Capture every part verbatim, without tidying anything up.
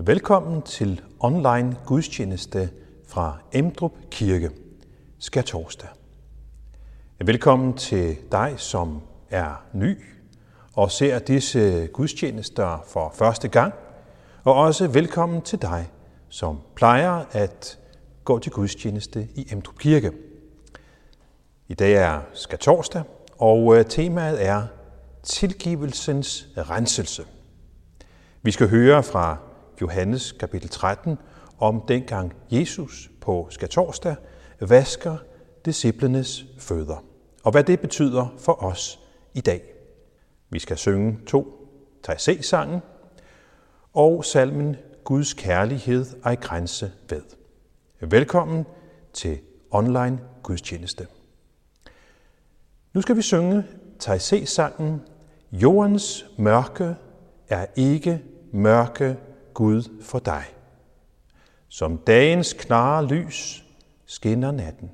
Velkommen til online gudstjeneste fra Emdrup Kirke, skærtorsdag. Velkommen til dig, som er ny og ser disse gudstjenester for første gang, og også velkommen til dig, som plejer at gå til gudstjeneste i Emdrup Kirke. I dag er skærtorsdag, og temaet er tilgivelsens renselse. Vi skal høre fra Johannes kapitel tretten om dengang Jesus på skærtorsdag vasker disciplenes fødder, og hvad det betyder for os i dag. Vi skal synge to Taizé-sangen og salmen Guds kærlighed ej grænse ved. Velkommen til online gudstjeneste. Nu skal vi synge Taizé-sangen Jordens mørke er ikke mørke Gud for dig. Som dagens klare lys skinner natten.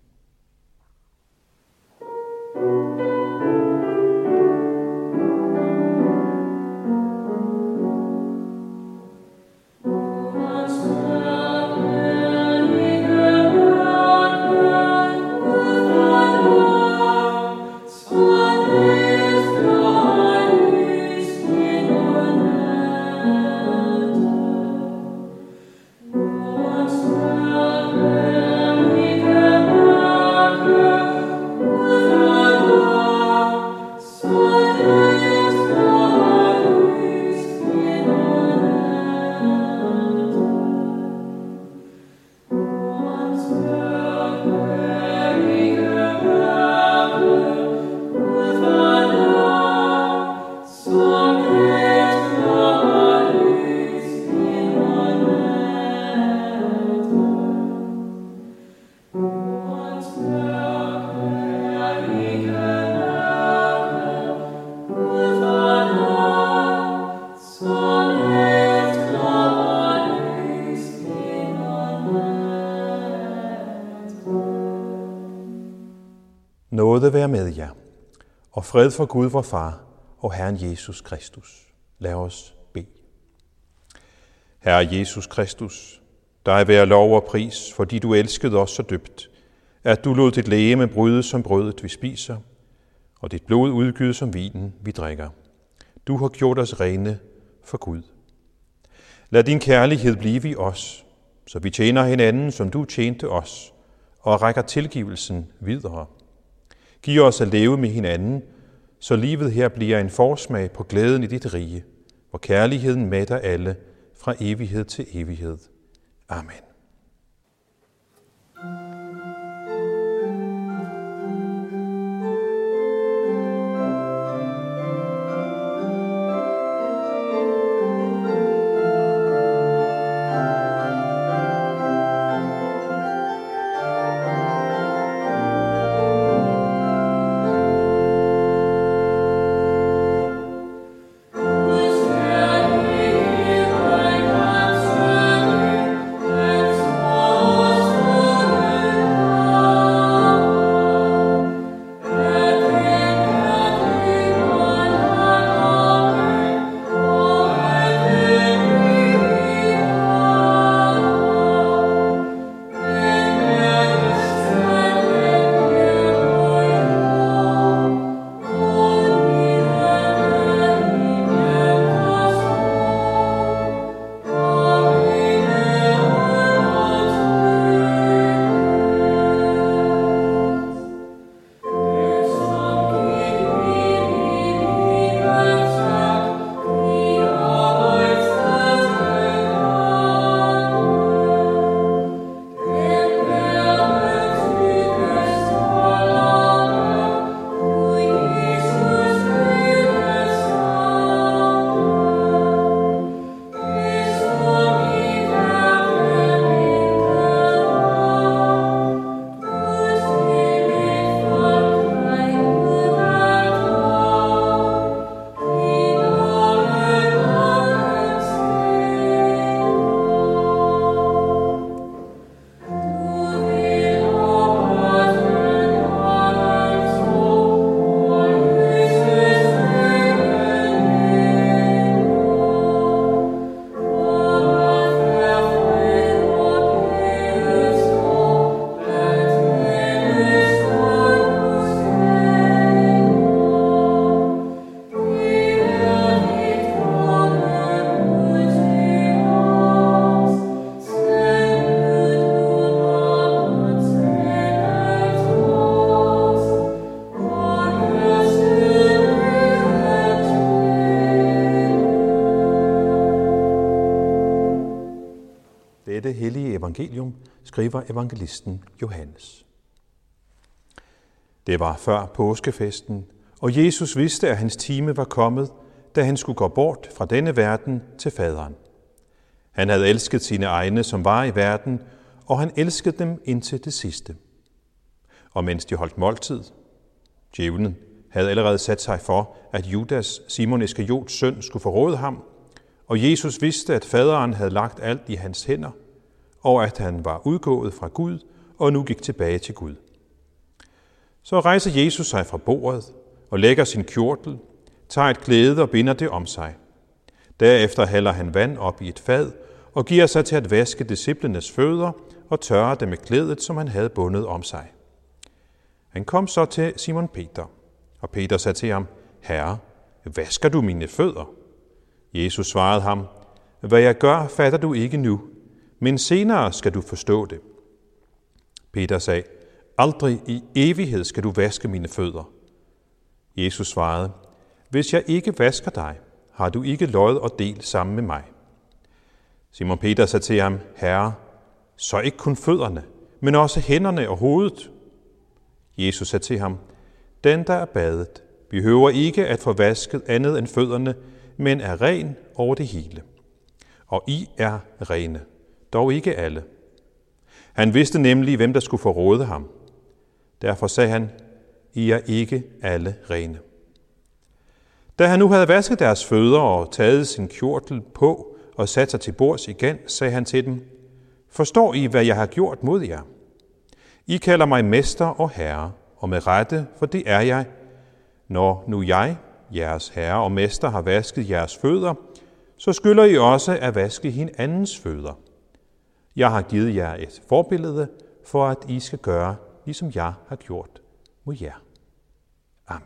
Nåde være med jer, og fred for Gud vor Far og Herren Jesus Kristus. Lad os bede. Herre Jesus Kristus, dig være lov og pris, fordi du elskede os så dybt, at du lod dit legeme bryde som brødet, vi spiser, og dit blod udgyde som vinen, vi drikker. Du har gjort os rene for Gud. Lad din kærlighed blive i os, så vi tjener hinanden, som du tjente os, og rækker tilgivelsen videre. Giv os at leve med hinanden, så livet her bliver en forsmag på glæden i dit rige, hvor kærligheden mætter alle fra evighed til evighed. Amen. Thank you. skriver evangelisten Johannes. Det var før påskefesten, og Jesus vidste, at hans time var kommet, da han skulle gå bort fra denne verden til faderen. Han havde elsket sine egne, som var i verden, og han elskede dem indtil det sidste. Og mens de holdt måltid, djævlen havde allerede sat sig for, at Judas, Simon Iskariots søn, skulle forråde ham, og Jesus vidste, at faderen havde lagt alt i hans hænder, og at han var udgået fra Gud og nu gik tilbage til Gud. Så rejser Jesus sig fra bordet og lægger sin kjortel, tager et klæde og binder det om sig. Derefter hælder han vand op i et fad og giver sig til at vaske disciplenes fødder og tørre dem med klædet, som han havde bundet om sig. Han kom så til Simon Peter, og Peter sagde til ham, Herre, vasker du mine fødder? Jesus svarede ham, hvad jeg gør, fatter du ikke nu, men senere skal du forstå det. Peter sagde, aldrig i evighed skal du vaske mine fødder. Jesus svarede, hvis jeg ikke vasker dig, har du ikke lod og del sammen med mig. Simon Peter sagde til ham, Herre, så ikke kun fødderne, men også hænderne og hovedet. Jesus sagde til ham, den der er badet, behøver ikke at få vasket andet end fødderne, men er ren over det hele. Og I er rene, dog ikke alle. Han vidste nemlig, hvem der skulle forråde ham. Derfor sagde han, I er ikke alle rene. Da han nu havde vasket deres fødder og taget sin kjortel på og sat sig til bords igen, sagde han til dem, forstår I, hvad jeg har gjort mod jer? I kalder mig mester og herre, og med rette, for det er jeg. Når nu jeg, jeres herre og mester, har vasket jeres fødder, så skylder I også at vaske hinandens fødder. Jeg har givet jer et forbillede, for at I skal gøre, ligesom jeg har gjort mod jer. Amen.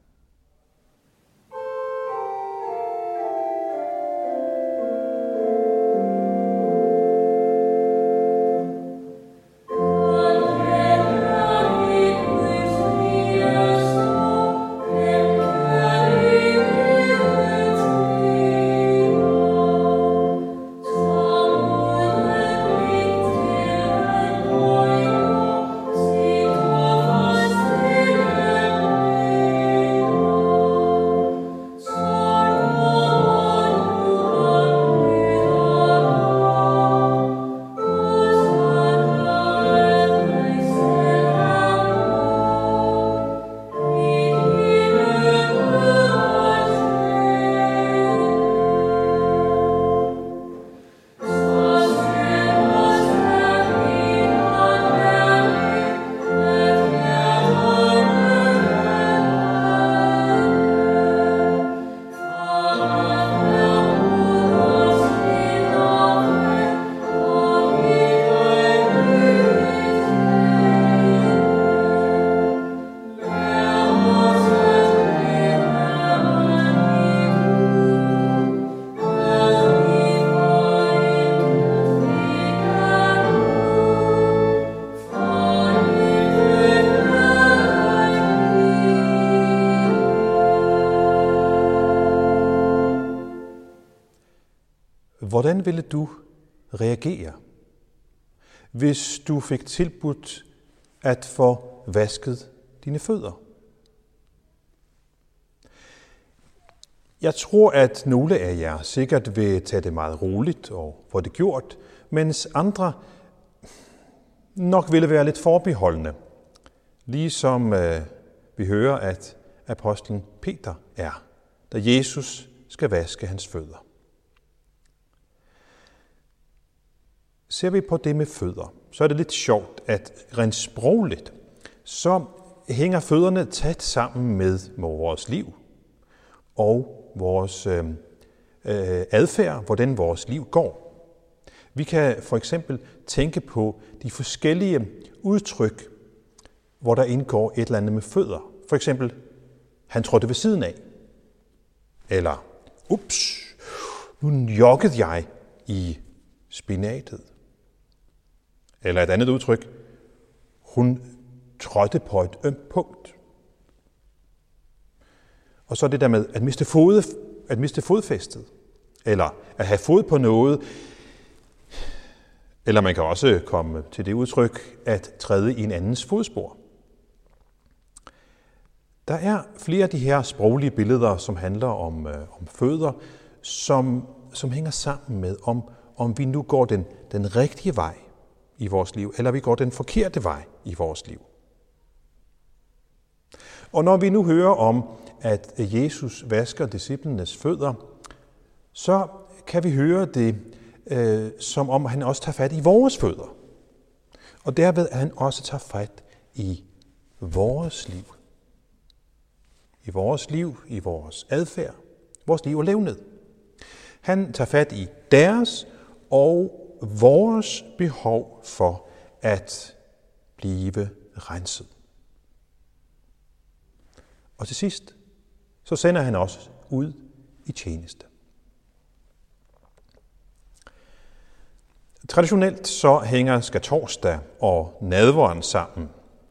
Hvordan ville du reagere, hvis du fik tilbudt at få vasket dine fødder? Jeg tror, at nogle af jer sikkert vil tage det meget roligt og få det gjort, mens andre nok ville være lidt forbeholdende, ligesom øh, vi hører, at apostlen Peter er, da Jesus skal vaske hans fødder. Ser vi på det med fødder, så er det lidt sjovt, at rent sprogligt, så hænger fødderne tæt sammen med vores liv og vores øh, adfærd, hvordan vores liv går. Vi kan for eksempel tænke på de forskellige udtryk, hvor der indgår et eller andet med fødder. For eksempel, han trådte ved siden af. Eller, ups, nu joggede jeg i spinatet. Eller et andet udtryk, hun trådte på et ømt punkt. Og så det der med at miste, fod, at miste fodfæstet, eller at have fod på noget, Eller man kan også komme til det udtryk at træde i en andens fodspor. Der er flere af de her sproglige billeder, som handler om, øh, om fødder, som, som hænger sammen med, om, om vi nu går den, den rigtige vej i vores liv, eller vi går den forkerte vej i vores liv. Og når vi nu hører om, at Jesus vasker disciplenes fødder, så kan vi høre det, øh, som om han også tager fat i vores fødder. Og derved at han også tager fat i vores liv. I vores liv, i vores adfærd, vores liv og levned. Han tager fat i deres og vores behov for at blive renset. Og til sidst, så sender han os ud i tjeneste. Traditionelt så hænger skærtorsdag og nadveren sammen.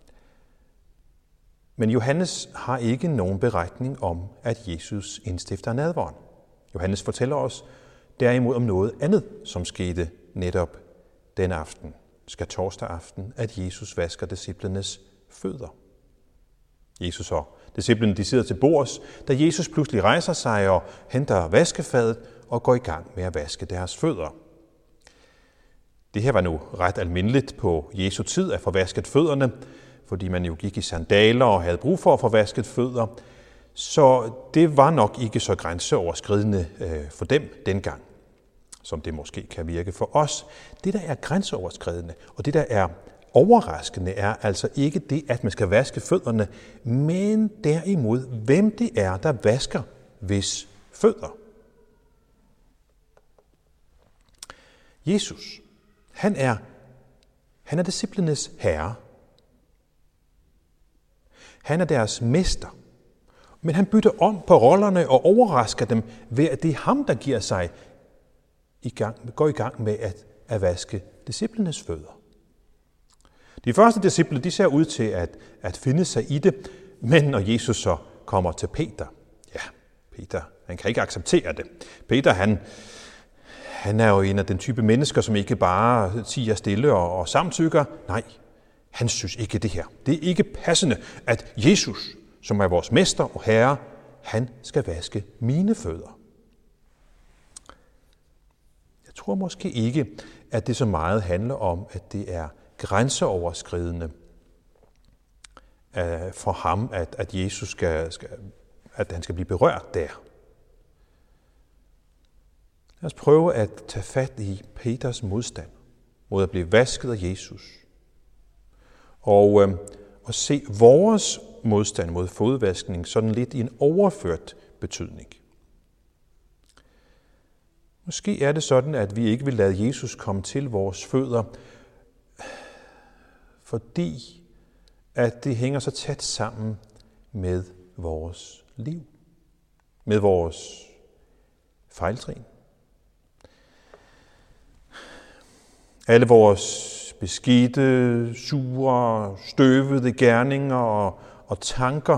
Men Johannes har ikke nogen beretning om, at Jesus indstifter nadveren. Johannes fortæller os derimod om noget andet, som skete netop den aften, skærtorsdag aften, at Jesus vasker disciplenes fødder. Jesus og disciplene de sidder til bords, da Jesus pludselig rejser sig og henter vaskefadet og går i gang med at vaske deres fødder. Det her var nu ret almindeligt på Jesu tid at få vasket fødderne, fordi man jo gik i sandaler og havde brug for at få vasket fødder. Så det var nok ikke så grænseoverskridende for dem dengang, som det måske kan virke for os. Det, der er grænseoverskridende, og det, der er overraskende, er altså ikke det, at man skal vaske fødderne, men derimod, hvem det er, der vasker hvis fødder. Jesus, han er, han er disciplenes herre. Han er deres mester. Men han bytter om på rollerne og overrasker dem ved, at det er ham, der giver sig i gang, går i gang med at, at vaske disciplenes fødder. De første disciple, de ser ud til at, at finde sig i det, men når Jesus så kommer til Peter, ja, Peter, han kan ikke acceptere det. Peter, han, han er jo en af den type mennesker, som ikke bare tiger stille og, og samtykker. Nej, han synes ikke det her. Det er ikke passende, at Jesus, som er vores mester og herre, han skal vaske mine fødder. Jeg tror måske ikke, at det så meget handler om, at det er grænseoverskridende for ham, at, at Jesus skal, skal, at han skal blive berørt der. Lad os prøve at tage fat i Peters modstand mod at blive vasket af Jesus. Og, øh, og se vores modstand mod fodvaskning sådan lidt i en overført betydning. Måske er det sådan, at vi ikke vil lade Jesus komme til vores fødder, fordi at det hænger så tæt sammen med vores liv, med vores fejltrin. Alle vores beskidte, sure, støvede gerninger og, og tanker,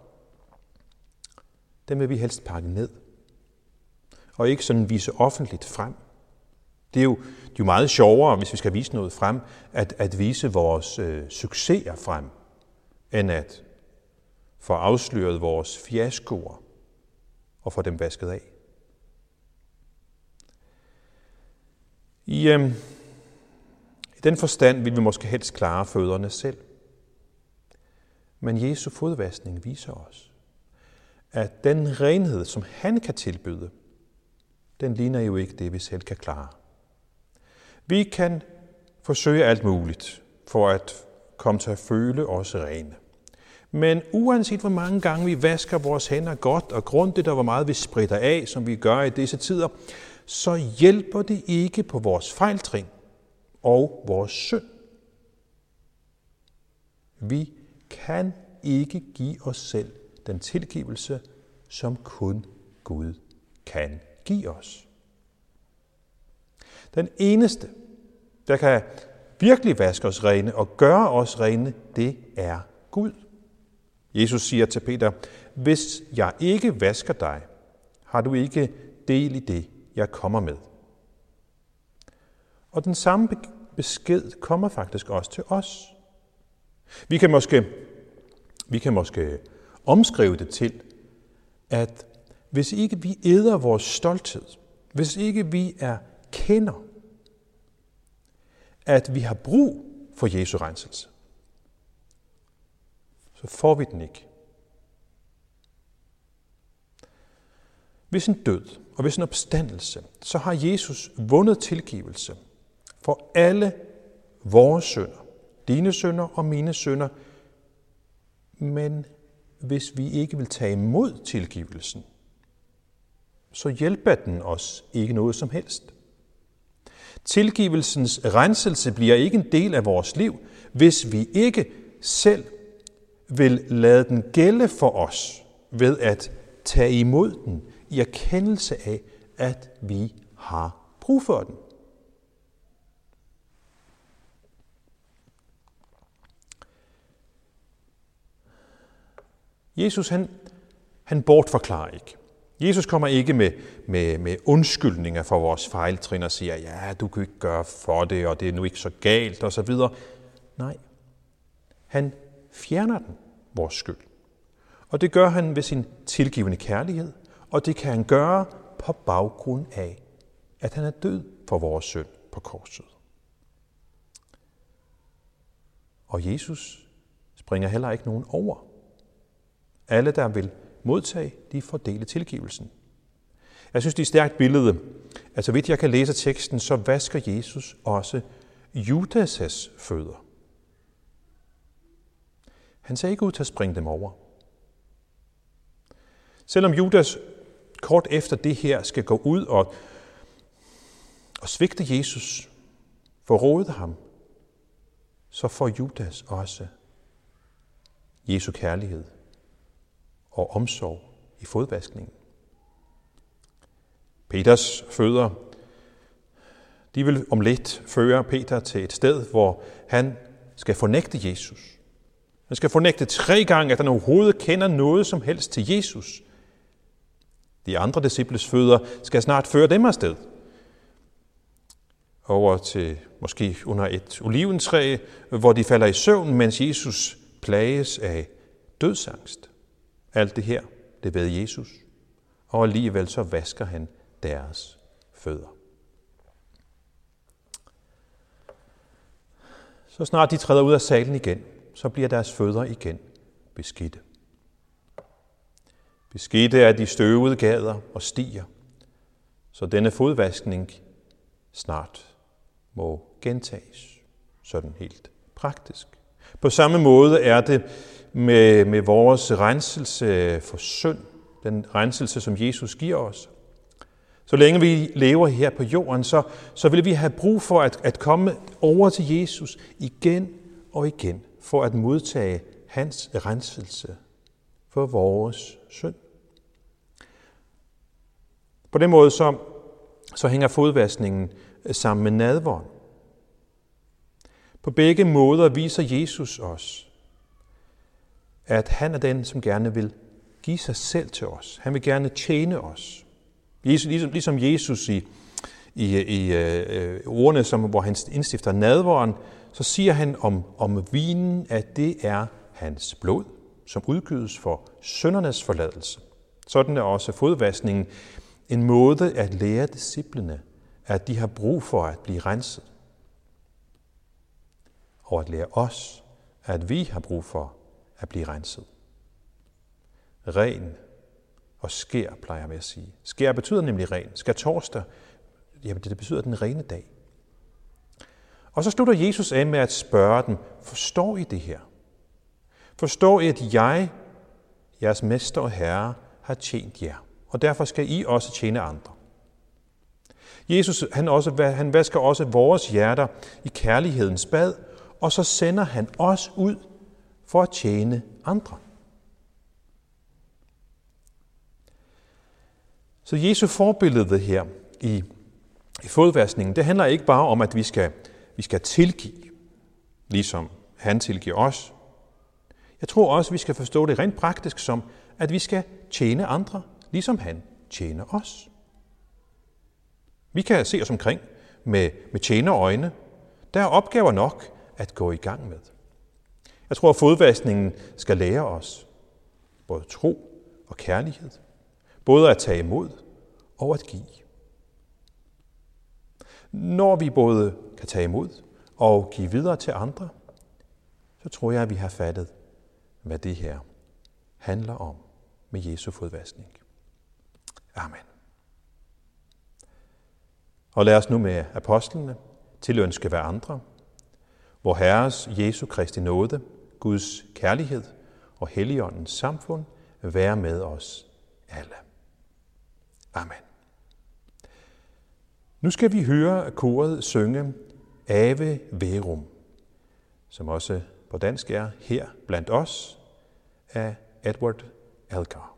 dem vil vi helst pakke ned, og ikke sådan vise offentligt frem. Det er jo, det er jo meget sjovere, hvis vi skal vise noget frem, at, at vise vores øh, succeser frem, end at få afsløret vores fiaskoer og få dem vasket af. I, øh, I den forstand vil vi måske helst klare fødderne selv. Men Jesu fodvaskning viser os, at den renhed, som han kan tilbyde, den ligner jo ikke det, vi selv kan klare. Vi kan forsøge alt muligt for at komme til at føle os rene. Men uanset hvor mange gange vi vasker vores hænder godt og grundigt, og hvor meget vi spritter af, som vi gør i disse tider, så hjælper det ikke på vores fejltrin og vores synd. Vi kan ikke give os selv den tilgivelse, som kun Gud kan give os. Den eneste, der kan virkelig vaske os rene og gøre os rene, det er Gud. Jesus siger til Peter, hvis jeg ikke vasker dig, har du ikke del i det, jeg kommer med. Og den samme besked kommer faktisk også til os. Vi kan måske, vi kan måske omskrive det til, at hvis ikke vi æder vores stolthed, hvis ikke vi erkender, at vi har brug for Jesu renselse, så får vi den ikke. Ved sin død og ved sin opstandelse, så har Jesus vundet tilgivelse for alle vores synder, dine synder og mine synder. Men hvis vi ikke vil tage imod tilgivelsen, så hjælper den os ikke noget som helst. Tilgivelsens renselse bliver ikke en del af vores liv, hvis vi ikke selv vil lade den gælde for os ved at tage imod den i erkendelse af, at vi har brug for den. Jesus, han, han bortforklarer ikke. Jesus kommer ikke med, med, med undskyldninger for vores fejltrin og siger, ja, du kan ikke gøre for det, og det er nu ikke så galt, og så videre. Nej, han fjerner den, vores skyld. Og det gør han ved sin tilgivende kærlighed, og det kan han gøre på baggrund af, at han er død for vores synd på korset. Og Jesus springer heller ikke nogen over. Alle, der vil modtage, de får del i tilgivelsen. Jeg synes, det er et stærkt billede, at så vidt jeg kan læse teksten, så vasker Jesus også Judas' fødder. Han ser ikke ud til at springe dem over. Selvom Judas kort efter det her skal gå ud og, og svigte Jesus, forråde ham, så får Judas også Jesu kærlighed og omsorg i fodvaskningen. Peters fødder, de vil om lidt føre Peter til et sted, hvor han skal fornægte Jesus. Han skal fornægte tre gange, at han overhovedet kender noget som helst til Jesus. De andre disciples fødder skal snart føre dem afsted. Over til måske under et oliventræ, hvor de falder i søvn, mens Jesus plages af dødsangst. Alt det her, det ved Jesus, og alligevel så vasker han deres fødder. Så snart de træder ud af salen igen, så bliver deres fødder igen beskidte. Beskidte er de støvede gader og stier, så denne fodvaskning snart må gentages, sådan helt praktisk. På samme måde er det med, med vores renselse for synd, den renselse, som Jesus giver os. Så længe vi lever her på jorden, så, så vil vi have brug for at, at komme over til Jesus igen og igen, for at modtage hans renselse for vores synd. På den måde så, så hænger fodvaskningen sammen med nadveren. På begge måder viser Jesus os, at han er den, som gerne vil give sig selv til os. Han vil gerne tjene os. Ligesom, ligesom Jesus i, i, i øh, ordene, som, hvor han indstifter nadveren, så siger han om, om vinen, at det er hans blod, som udgydes for syndernes forladelse. Sådan er også fodvaskningen en måde at lære disciplene, at de har brug for at blive renset. Og at lære os, at vi har brug for at blive renset. Ren og skær, plejer jeg at sige. Skær betyder nemlig ren. Skærtorsdag, jamen det betyder den rene dag. Og så slutter Jesus af med at spørge dem, forstår I det her? Forstår I, at jeg, jeres mester og herre, har tjent jer, og derfor skal I også tjene andre. Jesus, han, også, han vasker også vores hjerter i kærlighedens bad, og så sender han os ud for at tjene andre. Så Jesu forbillede her i, i fodvaskningen, det handler ikke bare om, at vi skal, vi skal tilgive, ligesom han tilgiver os. Jeg tror også, vi skal forstå det rent praktisk som, at vi skal tjene andre, ligesom han tjener os. Vi kan se os omkring med, med tjenerøjne. der er opgaver nok at gå i gang med. Jeg tror, at fodvaskningen skal lære os både tro og kærlighed, både at tage imod og at give. Når vi både kan tage imod og give videre til andre, så tror jeg, at vi har fattet, hvad det her handler om med Jesu fodvaskning. Amen. Og lad os nu med apostlene tilønske hver andre, hvor Herres Jesu Kristi nåde, Guds kærlighed og Helligåndens samfund være med os alle. Amen. Nu skal vi høre koret synge Ave Verum, som også på dansk er Her blandt os, af Edward Elgar.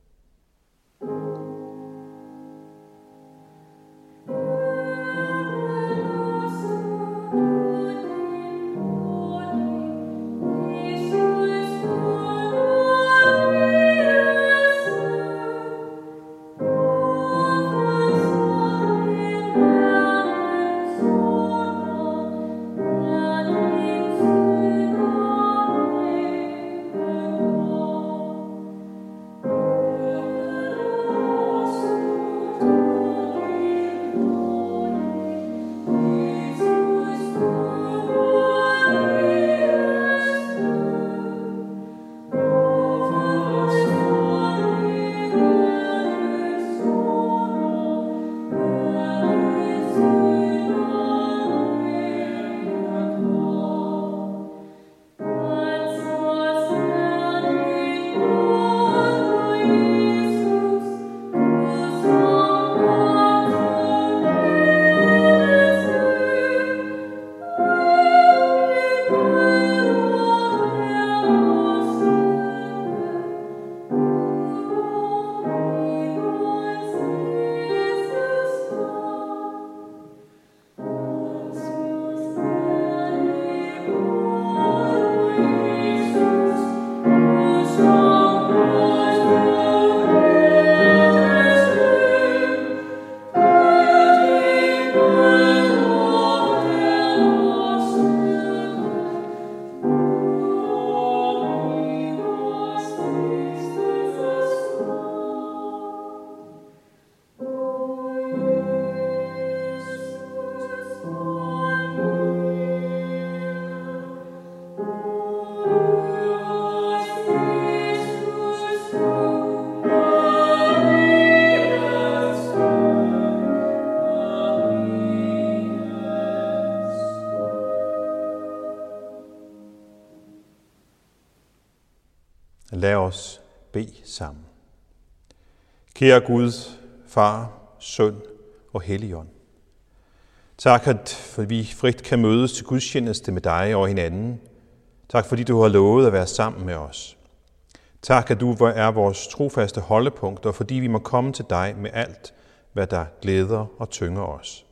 Lad os bede sammen. Kære Gud, Far, Søn og Helligånd. Tak, at vi frit kan mødes til gudstjeneste med dig og hinanden. Tak, fordi du har lovet at være sammen med os. Tak, at du er vores trofaste holdepunkt, og fordi vi må komme til dig med alt, hvad der glæder og tynger os.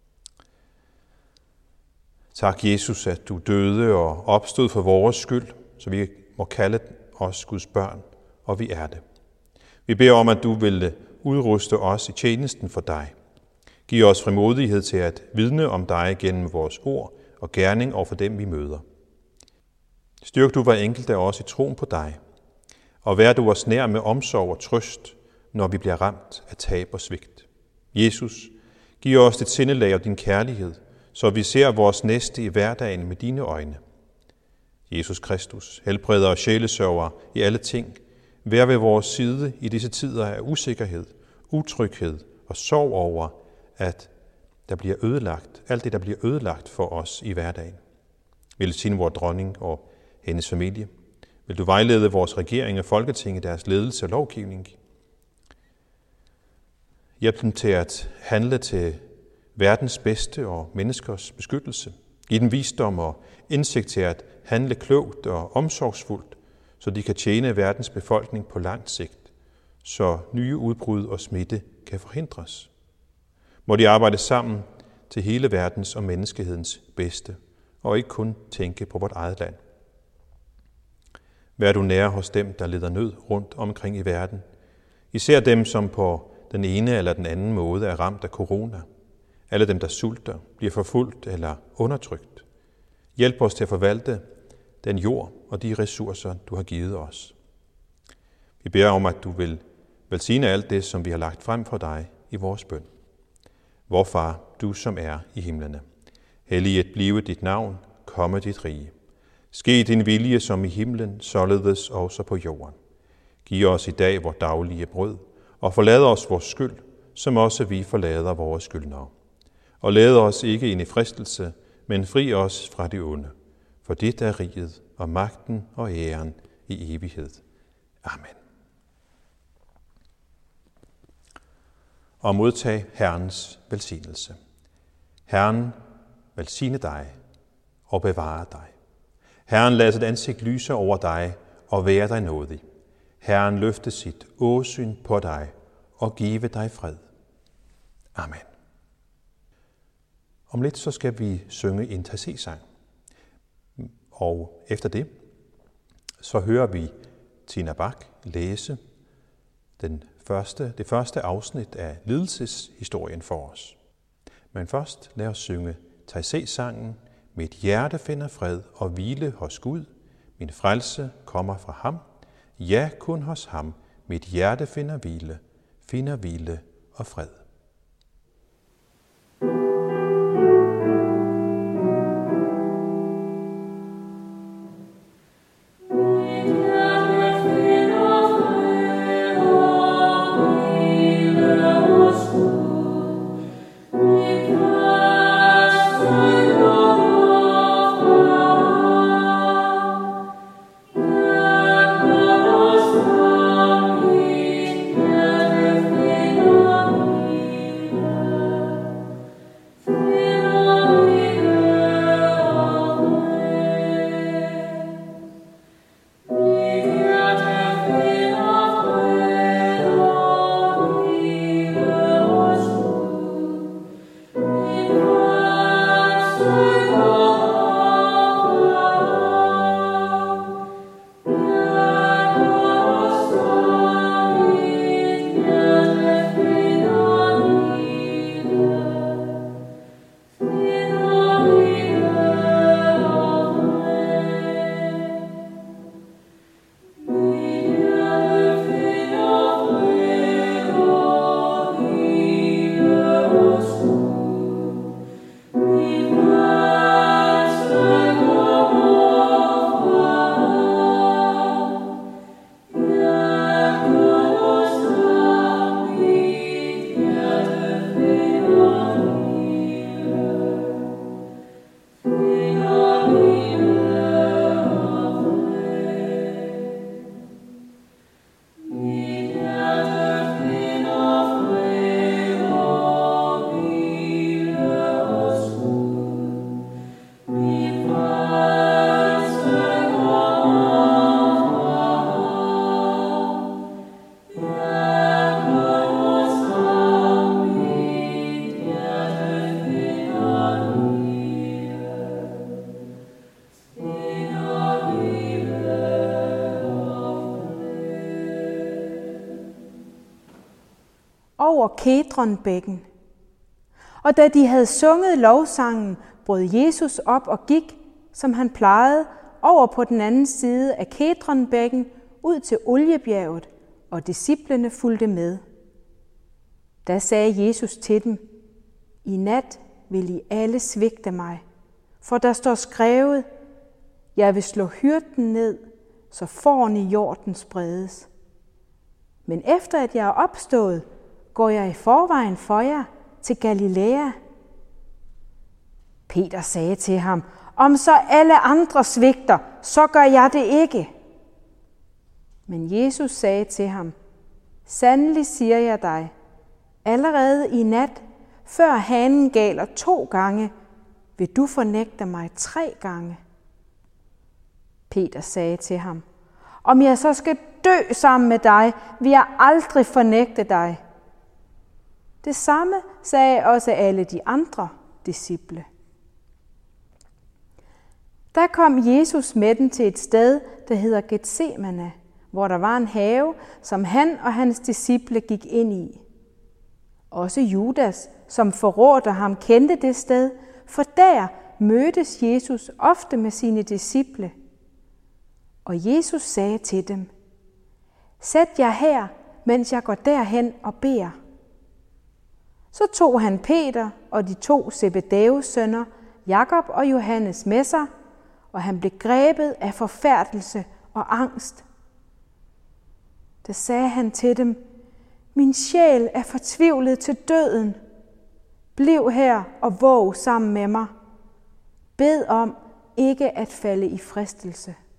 Tak, Jesus, at du døde og opstod for vores skyld, så vi må kalde os Guds børn, og vi er det. Vi beder om, at du vil udruste os i tjenesten for dig. Giv os frimodighed til at vidne om dig gennem vores ord og gerning over for dem, vi møder. Styrk du hver enkelt af os i troen på dig, og vær du os nær med omsorg og trøst, når vi bliver ramt af tab og svigt. Jesus, giv os dit sindelag og din kærlighed, så vi ser vores næste i hverdagen med dine øjne. Jesus Kristus, helbreder og sjælesørger i alle ting, vær ved vores side i disse tider af usikkerhed, utryghed og sorg over, at der bliver ødelagt, alt det, der bliver ødelagt for os i hverdagen. Velsigne vores dronning og hendes familie. Vil du vejlede vores regering og Folketing i deres ledelse og lovgivning? Hjælp dem til at handle til verdens bedste og menneskers beskyttelse. Giv dem visdom og indsigt til at handle klogt og omsorgsfuldt, så de kan tjene verdens befolkning på lang sigt, så nye udbrud og smitte kan forhindres. Må de arbejde sammen til hele verdens og menneskehedens bedste, og ikke kun tænke på vort eget land. Vær du nær hos dem, der lider nød rundt omkring i verden, især dem, som på den ene eller den anden måde er ramt af corona, alle dem, der sulter, bliver forfulgt eller undertrykt. Hjælp os til at forvalte den jord og de ressourcer, du har givet os. Vi beder om, at du vil velsigne alt det, som vi har lagt frem for dig i vores bøn. Vor Far, du som er i himlene. Helliget blive dit navn, komme dit rige. Ske din vilje som i himlen, således også på jorden. Giv os i dag vores daglige brød, og forlad os vores skyld, som også vi forlader vores skyldnere. Og lad os ikke ind i fristelse, men fri os fra det onde. For dit er riget og magten og æren i evighed. Amen. Og modtag Herrens velsignelse. Herren velsigne dig og bevare dig. Herren lad sit ansigt lyse over dig og være dig nådig. Herren løfte sit åsyn på dig og give dig fred. Amen. Om lidt så skal vi synge en taizé-sang. Og efter det, så hører vi Tina Bach læse den første, det første afsnit af lidelseshistorien for os. Men først lad os synge taizé-sangen. Mit hjerte finder fred og hvile hos Gud. Min frelse kommer fra ham. Ja, kun hos ham. Mit hjerte finder hvile, finder hvile og fred. Over Kedronbækken. Og da de havde sunget lovsangen, brød Jesus op og gik, som han plejede, over på den anden side af Kedronbækken ud til Oliebjerget, og disciplene fulgte med. Da sagde Jesus til dem: I nat vil I alle svigte mig, for der står skrevet: Jeg vil slå hyrden ned, så fårene i jorden spredes. Men efter at jeg er opstået, går jeg i forvejen for jer til Galilea. Peter sagde til ham: Om så alle andre svigter, så gør jeg det ikke. Men Jesus sagde til ham: Sandelig siger jeg dig, allerede i nat, før hanen galer to gange, vil du fornægte mig tre gange. Peter sagde til ham: Om jeg så skal dø sammen med dig, vil jeg aldrig fornægte dig. Det samme sagde også alle de andre disciple. Der kom Jesus med dem til et sted, der hedder Getsemane, hvor der var en have, som han og hans disciple gik ind i. Også Judas, som forrådte ham, kendte det sted, for der mødtes Jesus ofte med sine disciple, og Jesus sagde til dem: Sæt jer her, mens jeg går derhen og beder. Så tog han Peter og de to Zebedæus sønner, Jakob og Johannes, med sig, og han blev grebet af forfærdelse og angst. Da sagde han til dem: Min sjæl er fortvivlet til døden. Bliv her og våg sammen med mig. Bed om ikke at falde i fristelse.